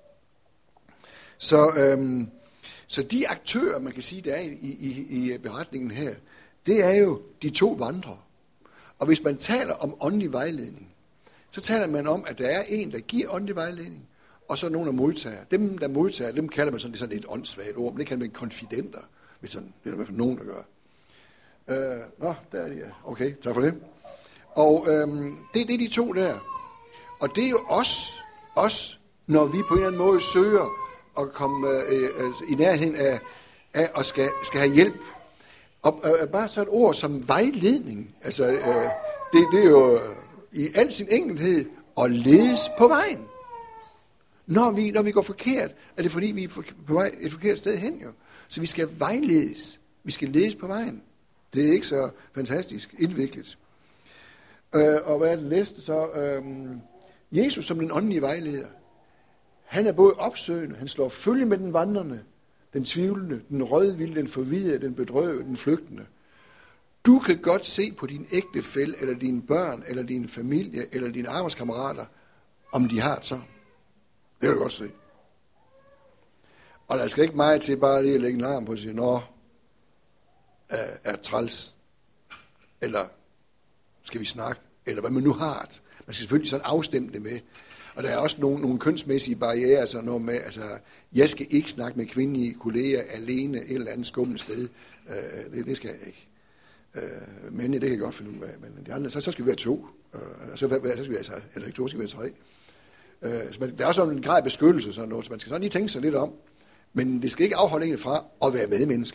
Så, øhm, så de aktører, man kan sige, der er i, i, i beretningen her, det er jo de to vandrere. Og hvis man taler om åndelig vejledning, så taler man om, at der er en, der giver åndelig vejledning, og så nogen, der modtager. Dem, der modtager, dem kalder man sådan, det er sådan et åndssvagt ord, men det kalder man konfidenter, hvis sådan, det er i hvert fald nogen, der gør. Øh, nå, der er de, ja. Okay, tak for det. Og øhm, det, det er de to der. Og det er jo os, os, når vi på en eller anden måde søger at komme øh, altså, i nærheden af, af og skal, skal have hjælp. Og øh, bare så et ord som vejledning, altså øh, det, det er jo øh, i al sin enkelhed at ledes på vejen. Når vi, når vi går forkert, er det fordi, vi er på vej et forkert sted hen jo. Så vi skal vejledes. Vi skal ledes på vejen. Det er ikke så fantastisk indviklet. Øh, og hvad er det næste så? Øh, Jesus som den åndelige vejleder, han er både opsøgende, han slår følge med den vandrende, den tvivlende, den rådvilde, den forvirrede, den bedrøvede, den flygtende. Du kan godt se på din ægtefælle, eller dine børn, eller din familie, eller dine arbejdskammerater, om de har det så. Det kan du godt se. Og der skal ikke meget til bare lige at lægge en arm på og sige, nå, er, er træls, eller skal vi snakke, eller hvad man nu har det. Man skal selvfølgelig sådan afstemme det med. Og der er også nogle, nogle kønsmæssige barrierer, altså noget med, altså, jeg skal ikke snakke med kvindelige kolleger alene et eller andet skummelt sted. Øh, det, det skal jeg ikke. Øh, men det kan jeg godt finde ud af. Men de andre, så, så skal vi være to. Øh, så, så skal vi være, altså, eller ikke to, så skal vi være tre. Øh, så man, der er også en grad af beskyttelse, sådan noget, så man skal sådan lige tænke sig lidt om. Men det skal ikke afholde en fra at være medmenneske.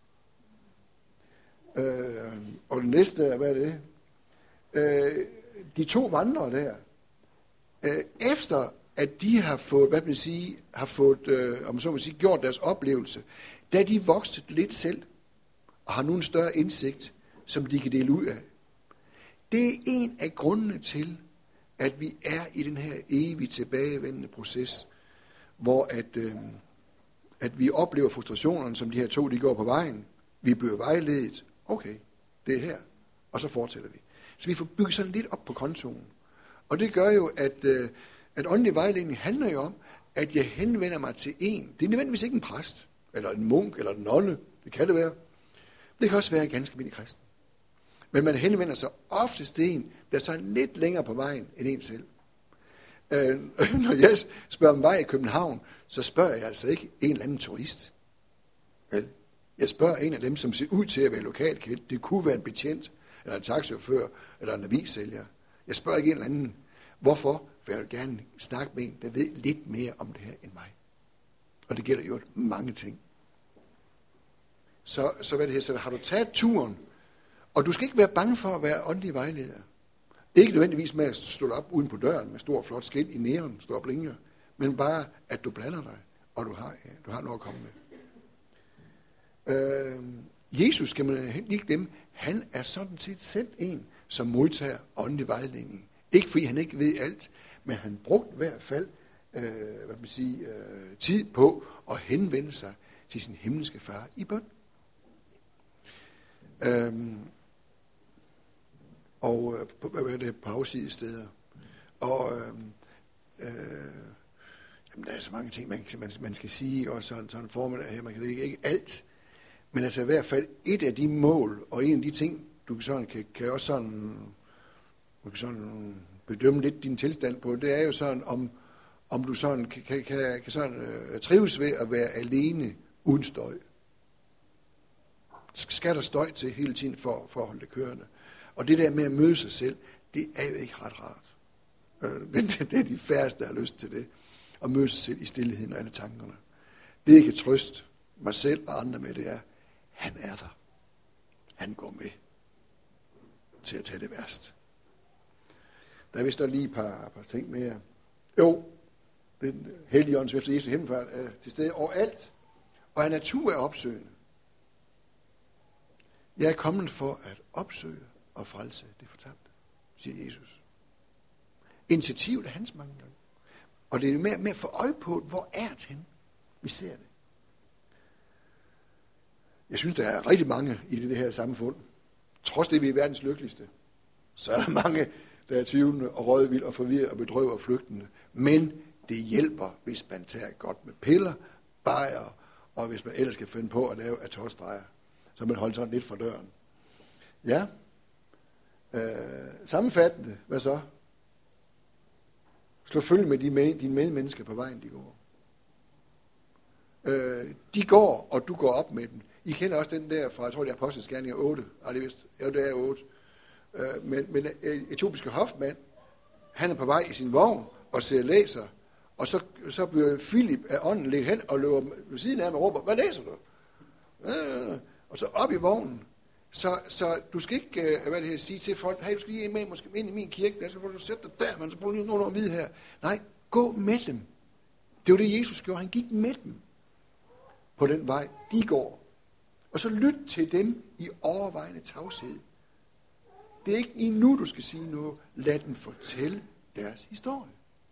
Øh, og det næste, hvad er det? Øh, de to vandrere der, øh, efter at de har fået, hvad man sige, har fået, øh, om så man sige, gjort deres oplevelse, der er de vokset lidt selv, og har nu en større indsigt, som de kan dele ud af. Det er en af grundene til, at vi er i den her evigt tilbagevendende proces, hvor at, øh, at vi oplever frustrationerne, som de her to, de går på vejen. Vi bliver vejledet. Okay, det er her. Og så fortsætter vi. Så vi får bygget sådan lidt op på kontoen. Og det gør jo, at, øh, at åndelig vejledning handler jo om, at jeg henvender mig til en. Det er nødvendigvis ikke en præst, eller en munk, eller en nonne. Det kan det være. Det kan også være en ganske almindelig kristen. Men man henvender sig oftest til en, der er så lidt længere på vejen end en selv. Øh, når jeg spørger om vej i København, så spørger jeg altså ikke en eller anden turist. Vel? Jeg spørger en af dem, som ser ud til at være lokalkendt. Det kunne være en betjent, eller en taxichauffør, eller en avissælger. Jeg spørger ikke en eller anden. Hvorfor? For jeg vil gerne snakke med en, der ved lidt mere om det her end mig. Og det gælder jo mange ting. Så, så, hvad det her, så har du taget turen, og du skal ikke være bange for at være åndelig vejleder. Ikke nødvendigvis med at stå op uden på døren med stor flot skilt i næren, står og blinker, men bare at du blander dig, og du har, ja, du har noget at komme med. Øh, Jesus, skal man ikke glemme, han er sådan set selv en, som modtager åndelig vejledning. Ikke fordi han ikke ved alt, men han brugte i hvert fald øh, hvad man siger, øh, tid på at henvende sig til sin himmelske far i bøn. Øhm, og øh, på, hvad er det, på afside steder. Og øh, øh, jamen, der er så mange ting, man, man, man skal sige, og sådan, sådan formiddag her, man kan ikke, ikke alt. Men altså i hvert fald et af de mål, og en af de ting, du sådan, kan, kan også sådan, du kan sådan bedømme lidt din tilstand på, det er jo sådan, om, om du sådan kan, kan, kan, kan sådan, øh, trives ved at være alene uden støj. Skal der støj til hele tiden for, for at holde det kørende. Og det der med at møde sig selv, det er jo ikke ret rart. Øh, det, det er de færreste, der har lyst til det. At møde sig selv i stillheden og alle tankerne. Det, jeg kan trøste mig selv og andre med, det er, han er der. Han går med til at tage det værst. Der er vist der lige et par, par ting mere. Jo, den hellige ånd, som efter Jesu himmelfart er til stede overalt. Og af natur er opsøgende. Jeg er kommet for at opsøge og frelse det fortabte, siger Jesus. Initiativet er hans mange gange. Og det er med, med at få øje på, hvor er det henne, vi ser det. Jeg synes, der er rigtig mange i det her samfund. Trods det, vi er verdens lykkeligste, så er der mange, der er tvivlende og rådvilde og forvirret og bedrøvet og flygtende. Men det hjælper, hvis man tager godt med piller, bajer, og hvis man ellers skal finde på at lave atostreger. Så man holder sådan lidt fra døren. Ja. Øh, sammenfattende, hvad så? Slå følge med de med, dine medmennesker på vejen, de går. Øh, de går, og du går op med dem. I kender også den der fra, jeg tror det er Apostlenes Gerninger otte. Ej, det er vist. Ja, det er otte. Øh, men, men etiopiske hofmand, han er på vej i sin vogn og ser læser. Og så, så bliver Filip af ånden lidt hen og løber ved siden af ham og råber, hvad læser du? Øh, og så op i vognen. Så, så du skal ikke uh, hvad det her, sige til folk, hey, du skal lige ind med, måske ind i min kirke, der, så får du sætte dig der, men så får du lige nogen at vide her. Nej, gå med dem. Det var det, Jesus gjorde. Han gik med dem på den vej, de går. Og så lyt til dem i overvejende tavshed. Det er ikke endnu, du skal sige noget. Lad dem fortælle deres historie.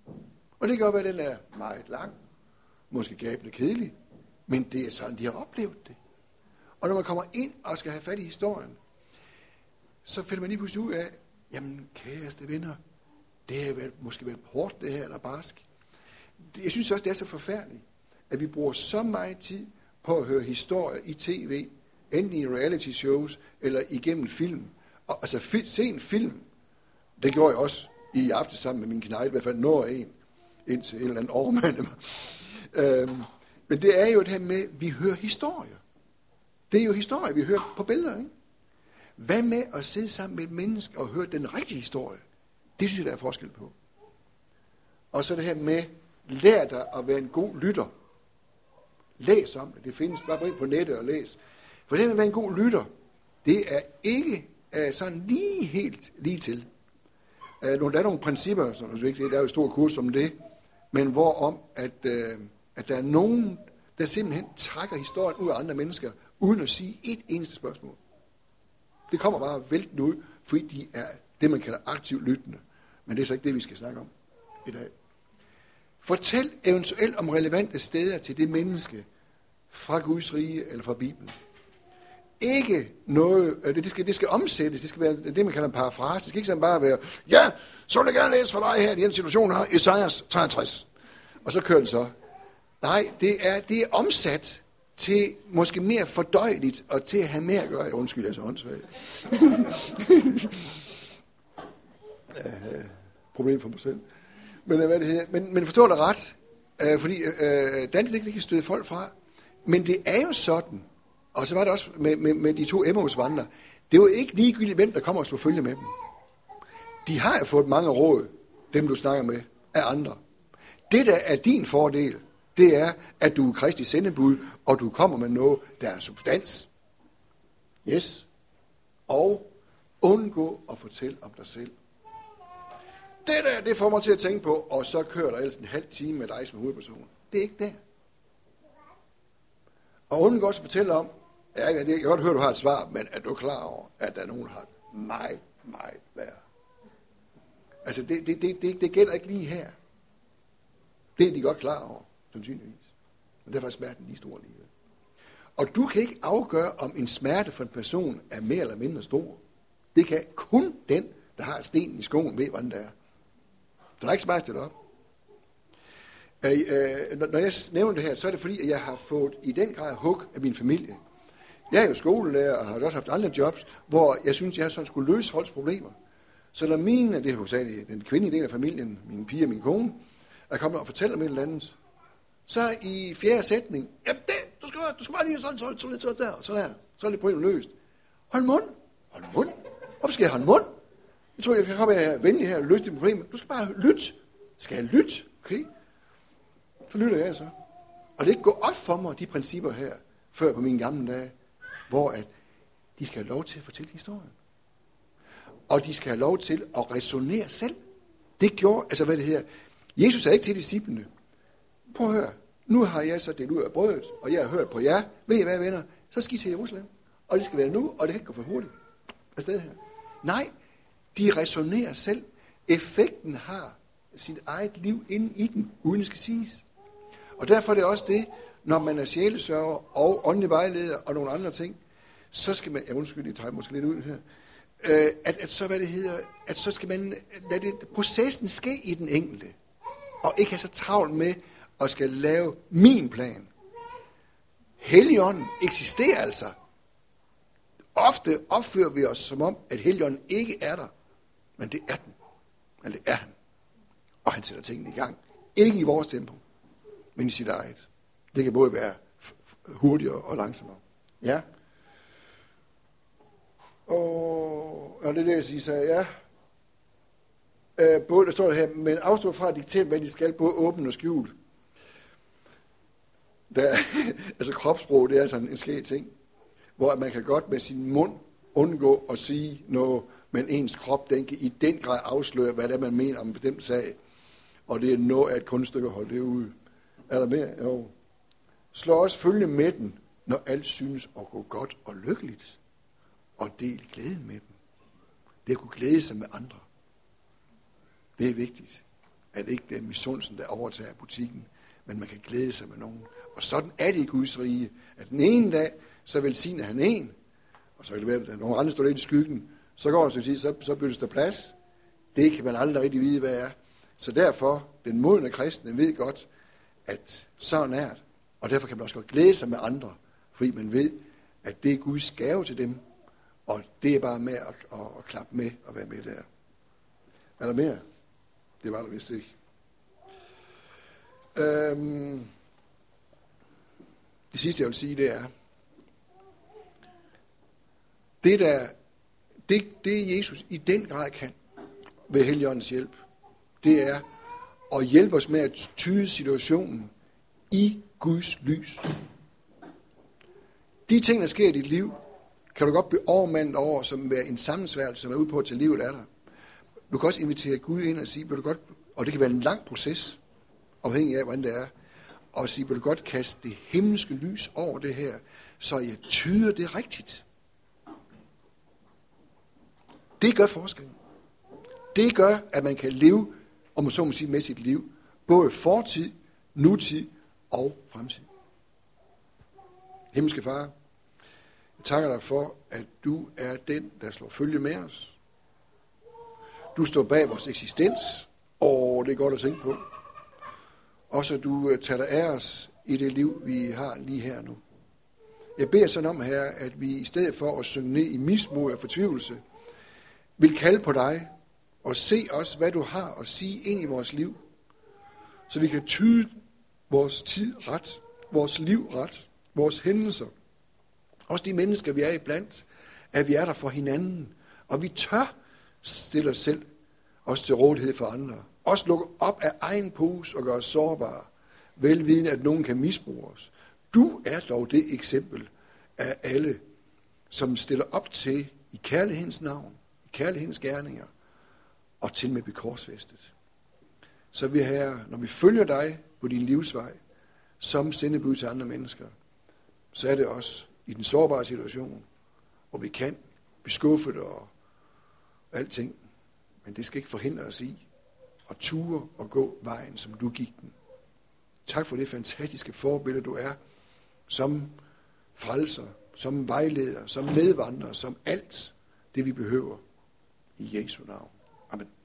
Og det kan godt være, at den er meget lang, måske gabende kedelig, men det er sådan, de har oplevet det. Og når man kommer ind og skal have fat i historien, så finder man lige pludselig ud af, jamen kæreste venner, det har været, måske været hårdt det her, eller barsk. Jeg synes også, det er så forfærdeligt, at vi bruger så meget tid på at høre historier i tv, enten i reality shows, eller igennem film. Og, altså se en film, det gjorde jeg også i aften sammen med min knejt, i hvert fald når en, indtil en eller anden overmand. øhm, men det er jo det her med, at vi hører historier. Det er jo historier, vi hører på billeder, ikke? Hvad med at sidde sammen med et menneske og høre den rigtige historie? Det synes jeg, der er forskel på. Og så det her med, lær dig at være en god lytter. Læs om det. Det findes. Bare gå ind på nettet og læs. For det at være en god lytter, det er ikke uh, sådan lige helt lige til. Uh, der er nogle principper, som er vigtige. Der er jo et stort kurs om det. Men hvorom, at, uh, at der er nogen, der simpelthen trækker historien ud af andre mennesker, uden at sige et eneste spørgsmål. Det kommer bare væltende ud, fordi de er det, man kalder aktivt lyttende. Men det er så ikke det, vi skal snakke om i dag. Fortæl eventuelt om relevante steder til det menneske fra Guds rige eller fra Bibelen. Ikke noget, det skal, det skal omsættes, det skal være det, man kalder en parafrase. Det skal ikke sådan bare være, ja, så vil jeg gerne læse for dig her i den situation her, Esajas treogtres. Og så kører den så. Nej, det er, det er omsat til måske mere fordøjeligt, og til at have mere at gøre. Undskyld, jeg er så åndssvagt. ja, problem for mig selv. Men, hvad det hedder? men, men forstår det ret, øh, fordi øh, Dante ikke kan støde folk fra. Men det er jo sådan, og så var det også med, med, med de to Emmaus-vandrere, det er jo ikke ligegyldigt, hvem der kommer og slår følge med dem. De har jo fået mange råd, dem du snakker med, af andre. Det, der er din fordel, det er, at du er Kristi sendebud, og du kommer med noget, der er substans. Yes. Og undgå at fortælle om dig selv. Det der, det får mig til at tænke på, og så kører der ellers en halv time med dig som hovedperson. Det er ikke der. Og undgå også at fortælle om, ja, jeg kan godt høre, du har et svar, men er du klar over, at der er nogen, der har det meget, meget værre? Altså, det, det, det, det, det gælder ikke lige her. Det er de godt klar over, sandsynligvis. Men derfor er smerten lige stor alligevel. Og du kan ikke afgøre, om en smerte for en person er mere eller mindre stor. Det kan kun den, der har stenen i skoen, ved, hvordan det er. Der er ikke så meget stillet op. Øh, øh, når jeg nævner det her, så er det fordi, at jeg har fået i den grad hug af min familie. Jeg er jo skolelærer og har også haft andre jobs, hvor jeg synes, jeg sådan skulle løse folks problemer. Så når mine, det er hovedsageligt den kvindelige del af familien, mine piger og min kone, er kommet og fortæller om et eller andet, så i fjerde sætning, jamen det, du skal, du skal bare lige sådan, sådan, sådan, sådan der, sådan der, så er det problemet løst. Hold mund, hold mund. Hvorfor skal jeg holde mund? Jeg tror, jeg kan komme her venlig her og løse det problem. Du skal bare lytte. Skal jeg lytte? Okay. Så lytter jeg så. Og det er ikke gå op for mig, de principper her, før på mine gamle dage, hvor at de skal have lov til at fortælle historien. Og de skal have lov til at resonere selv. Det gjorde, altså hvad det her, Jesus er ikke til disciplene. Prøv at høre. Nu har jeg så delt ud af brødet, og jeg har hørt på jer. Ved I hvad, venner? Så skal I til Jerusalem. Og det skal være nu, og det kan ikke gå for hurtigt. Afsted her. Nej, de resonerer selv. Effekten har sit eget liv inde i den, uden det skal siges. Og derfor er det også det, når man er sjælesørger og åndelig vejleder og nogle andre ting, så skal man, ja undskyld, jeg tager måske lidt ud her, øh, at, at så hvad det hedder, at så skal man lade det, processen ske i den enkelte, og ikke have så travlt med at skal lave min plan. Helligånden eksisterer altså. Ofte opfører vi os som om, at Helligånden ikke er der, men det er den. Men det er han. Og han sætter tingene i gang. Ikke i vores tempo, men i sit eget. Det kan både være hurtigere og langsommere. Ja. Og, og det er det, jeg siger, så ja. Øh, både, der står der her, men afstå fra at diktere, hvad de skal, både åbent og skjult. Der, altså kropssprog, det er sådan en skæg ting, hvor man kan godt med sin mund undgå at sige noget, men ens krop, den kan i den grad afsløre, hvad det er, man mener om en bestemt sag. Og det er noget af et kunststykke at holde det ude. Er der mere? Jo. Slå også følge med den, når alt synes at gå godt og lykkeligt. Og del glæden med dem. Det at kunne glæde sig med andre. Det er vigtigt. at ikke det er misundelsen, der overtager butikken, men man kan glæde sig med nogen. Og sådan er det i Guds rige, at den ene dag, så velsigner han en, og så kan det være, at der er nogle andre står lidt i skyggen, så går det, så, så byttes der plads. Det kan man aldrig rigtig vide, hvad er. Så derfor, den modne kristne ved godt, at sådan er det. Og derfor kan man også godt glæde sig med andre, fordi man ved, at det er Guds gave til dem, og det er bare med at, at, at klappe med og være med der. Er der mere? Det var der vist ikke. Øhm, det sidste, jeg vil sige, det er, det, der, det, det Jesus i den grad kan ved Helligåndens hjælp, det er at hjælpe os med at tyde situationen i Guds lys. De ting, der sker i dit liv, kan du godt blive overmandet over, som være en sammensværgelse, som er ude på til livet af dig. Du kan også invitere Gud ind og sige, vil du godt, og det kan være en lang proces, afhængig af, hvordan det er, og sige, vil du godt kaste det himmelske lys over det her, så jeg tyder det rigtigt. Det gør forskellen. Det gør, at man kan leve, om man så må sige, med sit liv, både fortid, nutid og fremtid. Himmelske Far, jeg takker dig for, at du er den, der slår følge med os. Du står bag vores eksistens, og det er godt at tænke på. Også at du tager dig af os i det liv, vi har lige her nu. Jeg beder sådan om, her, at vi i stedet for at synge ned i mismod og fortvivlelse, vil kalde på dig og se os, hvad du har at sige ind i vores liv, så vi kan tyde vores tid ret, vores liv ret, vores hændelser. Også de mennesker, vi er iblandt, at vi er der for hinanden, og vi tør stille os selv også til rådighed for andre. Også lukke op af egen pose og gøre os sårbare, velvidende, at nogen kan misbruge os. Du er dog det eksempel af alle, som stiller op til i kærlighedens navn, i kærlighedens gerninger, og til med bekorsfæstet. Så vi her, når vi følger dig på din livsvej, som sendebud til andre mennesker, så er det også i den sårbare situation, hvor vi kan blive skuffet og alting. Men det skal ikke forhindre os i at ture og gå vejen, som du gik den. Tak for det fantastiske forbillede, du er, som frelser, som vejleder, som medvandrer, som alt det, vi behøver. I Jesu navn. Amen.